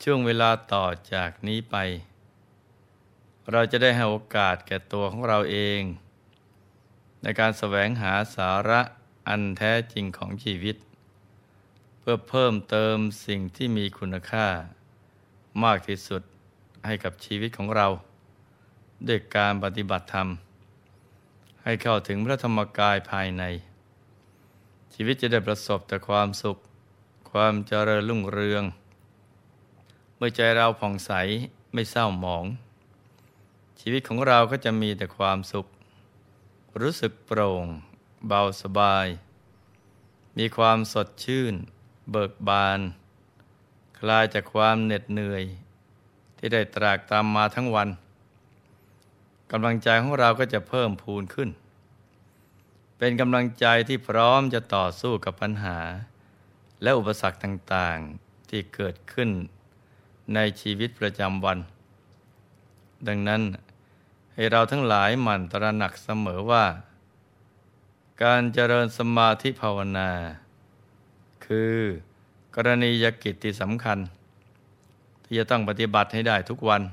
ช่วงเวลาต่อจากนี้ไปเราจะได้ให้โอกาสแก่ตัวของเราเองในการแสวงหาสาระอันแท้จริงของชีวิตเพื่อเพิ่มเติมสิ่งที่มีคุณค่ามากที่สุดให้กับชีวิตของเราด้วยการปฏิบัติธรรมให้เข้าถึงพระธรรมกายภายในชีวิตจะได้ประสบแต่ความสุขความเจริญรุ่งเรืองเมื่อใจเราผ่องใสไม่เศร้าหมองชีวิตของเราก็จะมีแต่ความสุขรู้สึกโปร่งเบาสบายมีความสดชื่นเบิกบานคลายจากความเหน็ดเหนื่อยที่ได้ตรากตรำมาทั้งวันกำลังใจของเราก็จะเพิ่มพูนขึ้นเป็นกำลังใจที่พร้อมจะต่อสู้กับปัญหาและอุปสรรคต่างๆที่เกิดขึ้นในชีวิตประจำวันดังนั้นให้เราทั้งหลายหมั่นตระหนักเสมอว่าการเจริญสมาธิภาวนาคือกรณียกิจที่สำคัญที่จะต้องปฏิบัติให้ได้ทุกวัน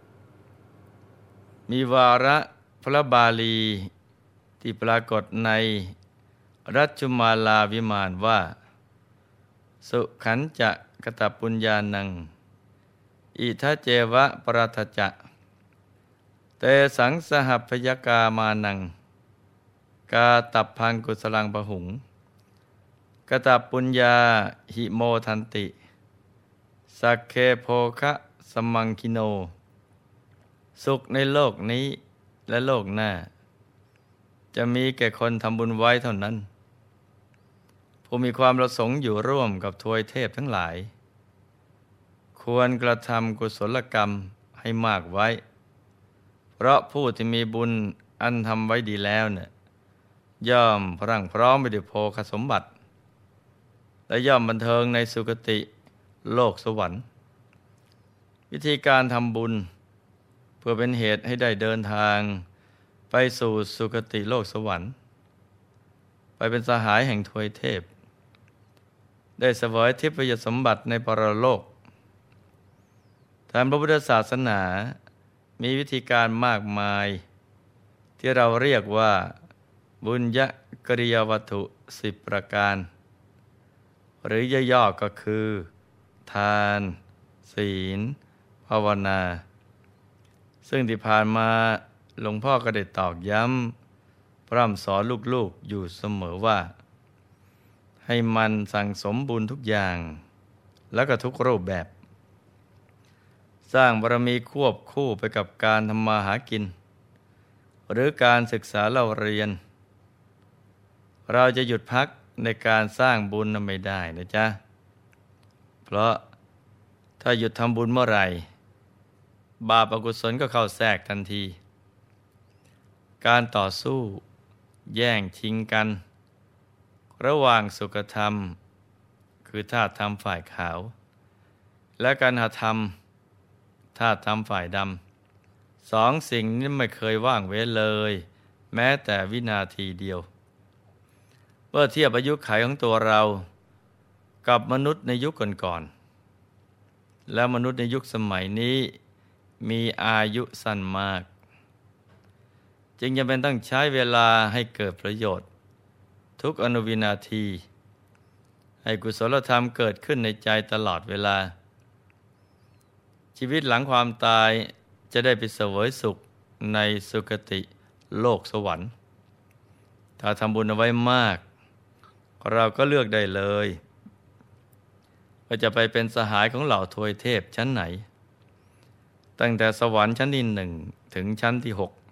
มีวาระพระบาลีที่ปรากฏในรัชชุมาลาวิมานว่าสุขันจะกตปุญญานังอิทะเจวะปรัตจะเตสังสหพยกามานังกาตับพังกุสลังปะหุงกตปุญญาหิโมทันติสักเคโภคะสมังคิโนสุขในโลกนี้และโลกหน้าจะมีแก่คนทำบุญไว้เท่านั้นผู้มีความประสงค์อยู่ร่วมกับทวยเทพทั้งหลายควรกระทำกุศลกรรมให้มากไว้เพราะผู้ที่มีบุญอันทำไว้ดีแล้วเนี่ยย่อมพรั่งพร้อมไปด้วยโภคสมบัติและย่อมบันเทิงในสุคติโลกสวรรค์วิธีการทำบุญเพื่อเป็นเหตุให้ได้เดินทางไปสู่สุคติโลกสวรรค์ไปเป็นสหายแห่งทวยเทพได้เสวยทิพยสมบัติในปรโลกทางพระพุทธศาสนามีวิธีการมากมายที่เราเรียกว่าบุญญกริยวัตถุ10ประการหรือย่อๆก็คือทานศีลภาวนาซึ่งที่ผ่านมาหลวงพ่อก็ได้ตอกย้ำพร่ำสอนลูกๆอยู่เสมอว่าให้มันสั่งสมบุญทุกอย่างแล้วก็ทุกรูปแบบสร้างบารมีควบคู่ไปกับการทำมาหากินหรือการศึกษาเล่าเรียนเราจะหยุดพักในการสร้างบุญนั้นไม่ได้นะจ๊ะเพราะถ้าหยุดทำบุญเมื่อไหร่บาปอกุศลก็เข้าแทรกทันทีการต่อสู้แย่งชิงกันระหว่างสุขธรรมคือธาตุธรรมฝ่ายขาวและการหธรรมธาตุธรรมฝ่ายดำสองสิ่งนี้ไม่เคยว่างเว้นเลยแม้แต่วินาทีเดียวเมื่อเทียบอายุขัยของตัวเรากับมนุษย์ในยุคก่อนๆและมนุษย์ในยุคสมัยนี้มีอายุสั้นมากจึงจำเป็นต้องใช้เวลาให้เกิดประโยชน์ทุกอนุวินาทีให้กุศลธรรมเกิดขึ้นในใจตลอดเวลาชีวิตหลังความตายจะได้ไปเสวยสุขในสุคติโลกสวรรค์ถ้าทำบุญเอาไว้มากเราก็เลือกได้เลยว่าจะไปเป็นสหายของเหล่าทวยเทพชั้นไหนตั้งแต่สวรรค์ชั้นที่1ถึงชั้นที่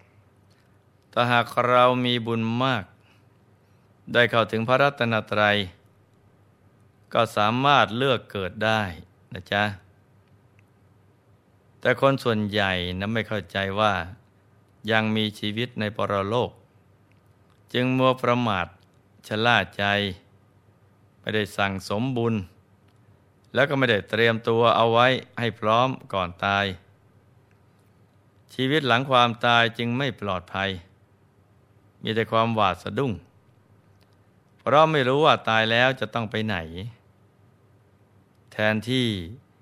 6ถ้าหากเรามีบุญมากได้เข้าถึงพระรัตนตรัยก็สามารถเลือกเกิดได้นะจ๊ะแต่คนส่วนใหญ่นั้นไม่เข้าใจว่ายังมีชีวิตในปรโลกจึงมัวประมาทชะล่าใจไม่ได้สั่งสมบุญแล้วก็ไม่ได้เตรียมตัวเอาไว้ให้พร้อมก่อนตายชีวิตหลังความตายจึงไม่ปลอดภัยมีแต่ความหวาดสะดุ้งเพราะไม่รู้ว่าตายแล้วจะต้องไปไหนแทนที่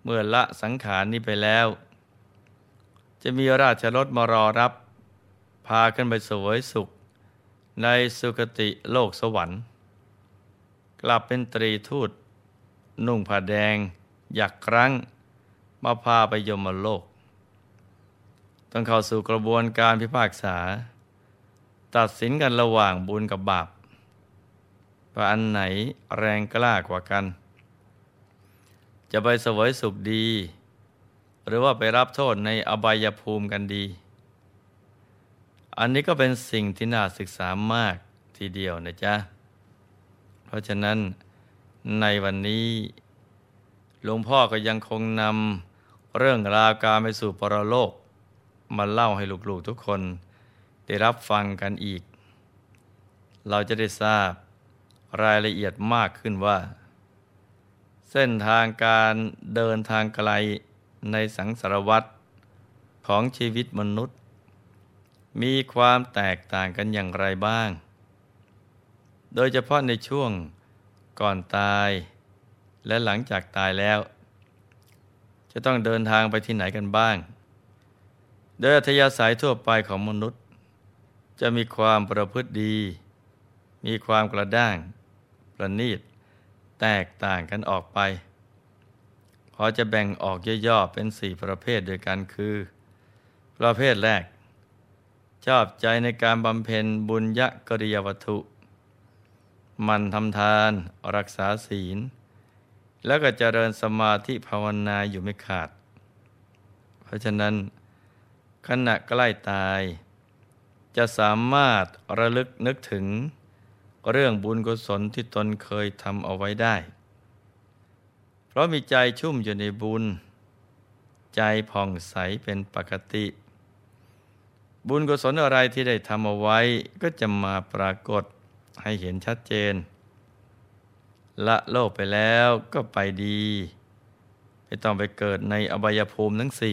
เมื่อละสังขารนี้ไปแล้วจะมีราชรถมารอรับพาขึ้นไปเสวยสุขในสุคติโลกสวรรค์กลับเป็นตรีทูตนุ่งผ้าแดงหยักครั้งมาพาไปยมโลกต้องเข้าสู่กระบวนการพิพากษาตัดสินกันระหว่างบุญกับบาปว่าอันไหนแรงกล้ากว่ากันจะไปเสวยสุขดีหรือว่าไปรับโทษในอบายภูมิกันดีอันนี้ก็เป็นสิ่งที่น่าศึกษามากทีเดียวนะจ๊ะเพราะฉะนั้นในวันนี้หลวงพ่อก็ยังคงนำเรื่องราวการไปสู่ปรโลกมาเล่าให้ลูกๆทุกคนได้รับฟังกันอีกเราจะได้ทราบรายละเอียดมากขึ้นว่าเส้นทางการเดินทางไกลในสังสารวัฏของชีวิตมนุษย์มีความแตกต่างกันอย่างไรบ้างโดยเฉพาะในช่วงก่อนตายและหลังจากตายแล้วจะต้องเดินทางไปที่ไหนกันบ้างโดยอัธยาศัยทั่วไปของมนุษย์จะมีความประพฤติดีมีความกระด้างประณีตแตกต่างกันออกไปพอจะแบ่งออกย่อๆเป็น4ประเภทด้วยกันคือประเภทแรกชอบใจในการบำเพ็ญบุญญกริยวัตถุมันทำทานรักษาศีลแล้วก็เจริญสมาธิภาวนาอยู่ไม่ขาดเพราะฉะนั้นขณะใกล้ตายจะสามารถระลึกนึกถึงเรื่องบุญกุศลที่ตนเคยทำเอาไว้ได้เพราะมีใจชุ่มอยู่ในบุญใจผ่องใสเป็นปกติบุญกุศลอะไรที่ได้ทำเอาไว้ก็จะมาปรากฏให้เห็นชัดเจนละโลกไปแล้วก็ไปดีไม่ต้องไปเกิดในอบายภูมิทั้ง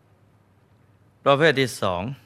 4ประเภทที่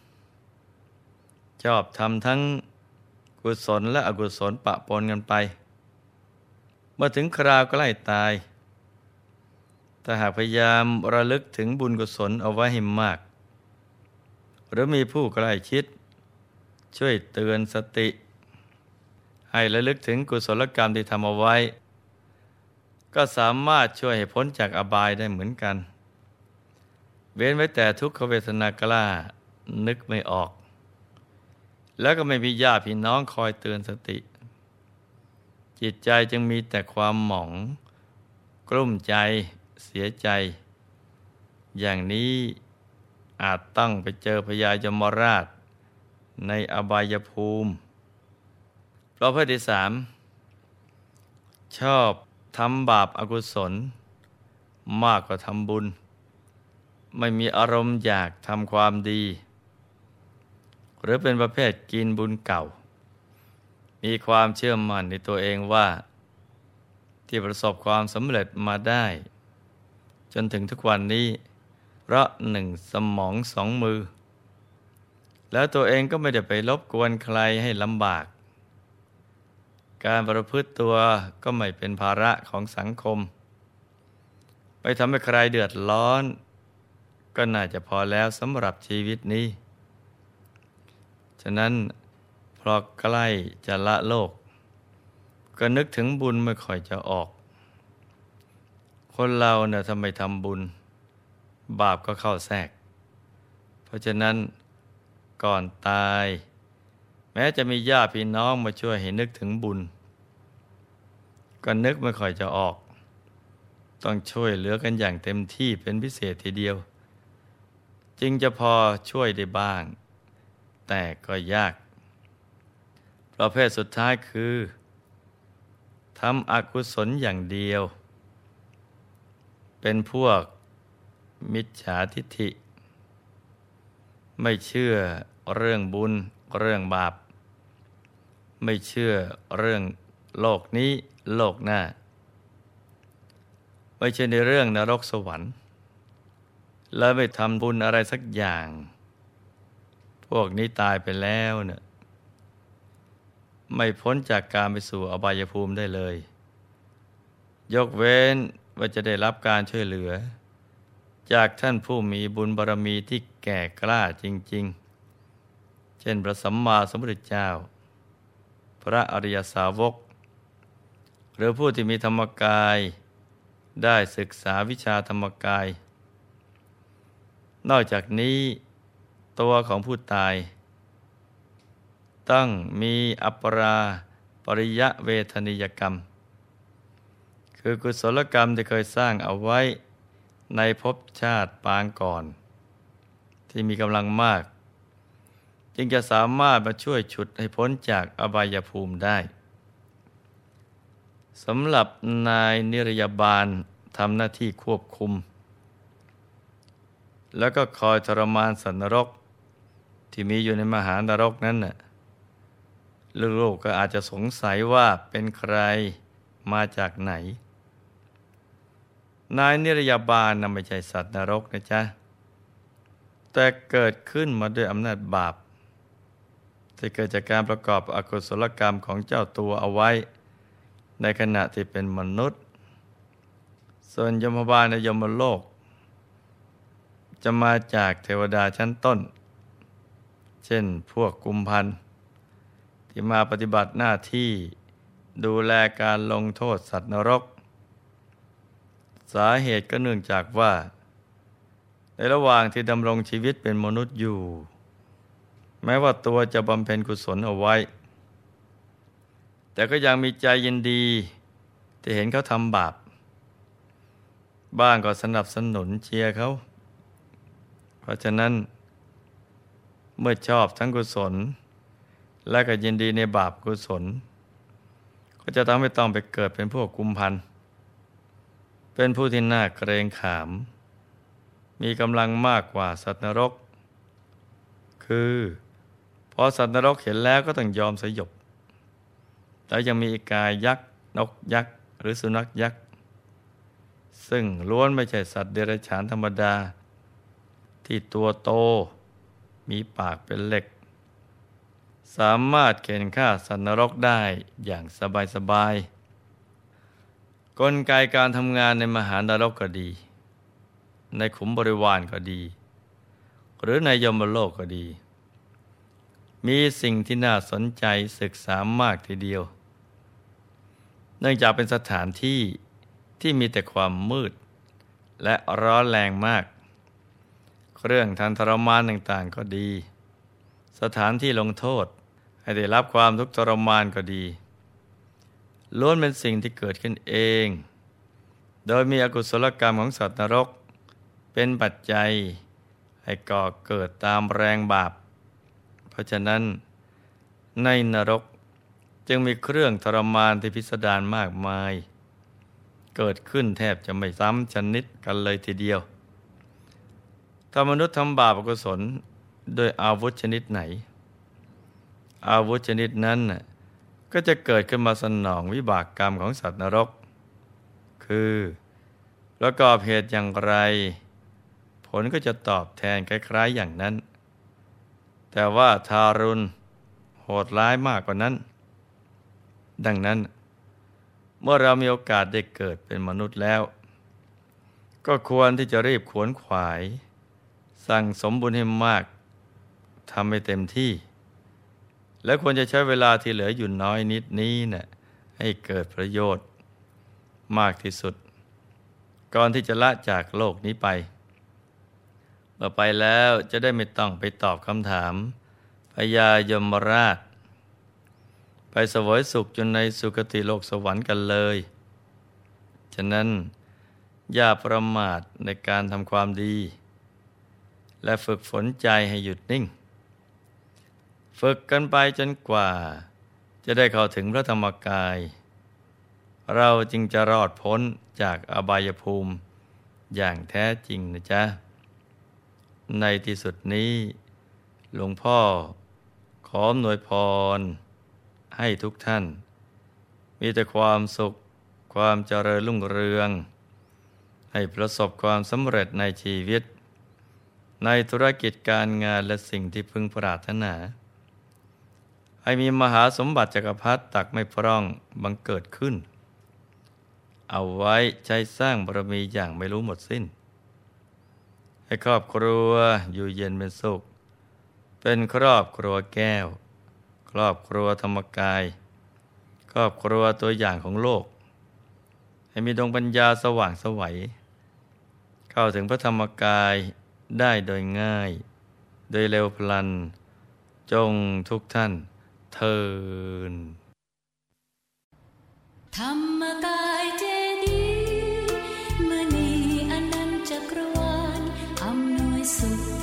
2ชอบทำทั้งกุศลและอกุศลปะปนกันไปเมื่อถึงคราวใกล้ตายถ้าหากพยายามระลึกถึงบุญกุศลเอาไว้ให้มากหรือมีผู้ใกล้ชิดช่วยเตือนสติให้ระลึกถึงกุศลกรรมที่ทำเอาไว้ก็สามารถช่วยให้พ้นจากอบายได้เหมือนกันเว้นไว้แต่ทุกขเวทนากล้านึกไม่ออกแล้วก็ไม่มีญาติพี่น้องคอยเตือนสติจิตใจจึงมีแต่ความหมองกลุ้มใจเสียใจอย่างนี้อาจต้องไปเจอพญายมราชในอบายภูมิประเภทที่3ชอบทำบาปอกุศลมากกว่าทำบุญไม่มีอารมณ์อยากทำความดีหรือเป็นประเภทกินบุญเก่ามีความเชื่อมั่นในตัวเองว่าที่ประสบความสำเร็จมาได้จนถึงทุกวันนี้เพราะ1 สมอง 2 มือแล้วตัวเองก็ไม่ได้ไปรบกวนใครให้ลำบากการประพฤติตัวก็ไม่เป็นภาระของสังคมไปทำให้ใครเดือดร้อนก็น่าจะพอแล้วสำหรับชีวิตนี้ฉะนั้นพอใกล้จะละโลกก็นึกถึงบุญไม่ค่อยจะออกคนเราเนี่ยทำไมทำบุญบาปก็เข้าแทรกเพราะฉะนั้นก่อนตายแม้จะมีญาติพี่น้องมาช่วยให้นึกถึงบุญก็นึกไม่ค่อยจะออกต้องช่วยเหลือกันอย่างเต็มที่เป็นพิเศษทีเดียวจึงจะพอช่วยได้บ้างแต่ก็ยากประเภทสุดท้ายคือทำอกุศลอย่างเดียวเป็นพวกมิจฉาทิฏฐิไม่เชื่อเรื่องบุญเรื่องบาปไม่เชื่อเรื่องโลกนี้โลกหน้าไม่เชื่อในเรื่องนรกสวรรค์และไม่ทำบุญอะไรสักอย่างพวกนี้ตายไปแล้วเนี่ยไม่พ้นจากการไปสู่อบายภูมิได้เลยยกเว้นว่าจะได้รับการช่วยเหลือจากท่านผู้มีบุญบารมีที่แก่กล้าจริงๆเช่นพระสัมมาสัมพุทธเจ้าพระอริยสาวกหรือผู้ที่มีธรรมกายได้ศึกษาวิชาธรรมกายนอกจากนี้ตัวของผู้ตายต้องมีอัปราปริยเวทนิยกรรมคือกุศลกรรมที่เคยสร้างเอาไว้ในภพชาติปางก่อนที่มีกำลังมากจึงจะสามารถมาช่วยฉุดให้พ้นจากอบายภูมิได้สำหรับนายนิรยาบาลทำหน้าที่ควบคุมแล้วก็คอยทรมานสัตว์นรกที่มีอยู่ในมหานรกนั้นน่ะลูกๆก็อาจจะสงสัยว่าเป็นใครมาจากไหนนายนิรยาบาลไม่ใช่สัตว์นรกนะจ๊ะแต่เกิดขึ้นมาด้วยอำนาจบาปที่เกิดจากการประกอบอกุศลกรรมของเจ้าตัวเอาไว้ในขณะที่เป็นมนุษย์ส่วนยมบาลในยมโลกจะมาจากเทวดาชั้นต้นเช่นพวกกุมพันธ์ที่มาปฏิบัติหน้าที่ดูแลการลงโทษสัตว์นรกสาเหตุก็เนื่องจากว่าในระหว่างที่ดำรงชีวิตเป็นมนุษย์อยู่แม้ว่าตัวจะบำเพ็ญกุศลเอาไว้แต่ก็ยังมีใจยินดีที่เห็นเขาทำบาปบ้างก็สนับสนุนเชียร์เขาเพราะฉะนั้นเมื่อชอบทั้งกุศลและก็ยินดีในบาปกุศลก็จะทำให้ต้องไปเกิดเป็นพวกกุมพันธ์เป็นผู้ที่น่าเกรงขามมีกำลังมากกว่าสัตว์นรกคือพอสัตว์นรกเห็นแล้วก็ต้องยอมสยบแล้วยังมีอีกายักษ์นกยักษ์หรือสุนัขยักษ์ซึ่งล้วนไม่ใช่สัตว์เดรัจฉานธรรมดาที่ตัวโตมีปากเป็นเหล็กสามารถเข็นฆ่าสัตว์นรกได้อย่างสบายๆกลไกการทำงานในมหานรกก็ดีในขุมบริวารก็ดีหรือในยมโลกก็ดีมีสิ่งที่น่าสนใจศึกษามากทีเดียวเนื่องจากเป็นสถานที่ที่มีแต่ความมืดและร้อนแรงมากเครื่องทันทรมานต่างๆก็ดีสถานที่ลงโทษให้ได้รับความทุกข์ทรมานก็ดีล้วนเป็นสิ่งที่เกิดขึ้นเองโดยมีอกุศลกรรมของสัตว์นรกเป็นปัจจัยให้ก่อเกิดตามแรงบาปเพราะฉะนั้นในนรกจึงมีเครื่องทรมานที่พิสดารมากมายเกิดขึ้นแทบจะไม่ซ้ำชนิดกันเลยทีเดียวถ้ามนุษย์ทำบาปอกุศลโดยอาวุธชนิดไหนอาวุธชนิดนั้นก็จะเกิดขึ้นมาสนองวิบากกรรมของสัตว์นรกคือประกอบเหตุอย่างไรผลก็จะตอบแทนคล้ายๆอย่างนั้นแต่ว่าทารุณโหดร้ายมากกว่านั้นดังนั้นเมื่อเรามีโอกาสได้เกิดเป็นมนุษย์แล้วก็ควรที่จะรีบขวนขวายสั่งสมบุญให้มากทำให้เต็มที่และควรจะใช้เวลาที่เหลืออยู่น้อยนิดนี้ให้เกิดประโยชน์มากที่สุดก่อนที่จะละจากโลกนี้ไปเมื่อไปแล้วจะได้ไม่ต้องไปตอบคำถามพญายมราชไปเสวยสุขจนในสุคติโลกสวรรค์กันเลยฉะนั้นอย่าประมาทในการทำความดีและฝึกฝนใจให้หยุดนิ่งฝึกกันไปจนกว่าจะได้เข้าถึงพระธรรมกายเราจึงจะรอดพ้นจากอบายภูมิอย่างแท้จริงนะจ๊ะในที่สุดนี้หลวงพ่อขออำนวยพรให้ทุกท่านมีแต่ความสุขความเจริญรุ่งเรืองให้ประสบความสำเร็จในชีวิตในธุรกิจการงานและสิ่งที่พึงปรารถนาให้มีมหาสมบัติจักรพรรดิตักไม่พร่องบังเกิดขึ้นเอาไว้ใช้สร้างบารมีอย่างไม่รู้หมดสิ้นให้ครอบครัวอยู่เย็นเป็นสุขเป็นครอบครัวแก้วครอบครัวธรรมกายครอบครัวตัวอย่างของโลกให้มีดวงปัญญาสว่างไสวเข้าถึงพระธรรมกายได้โดยง่ายโดยเร็วพลันจงทุกท่านเทินธรรมกายเจดีย์มณีอนันต์จักรวาลอำนวยสุข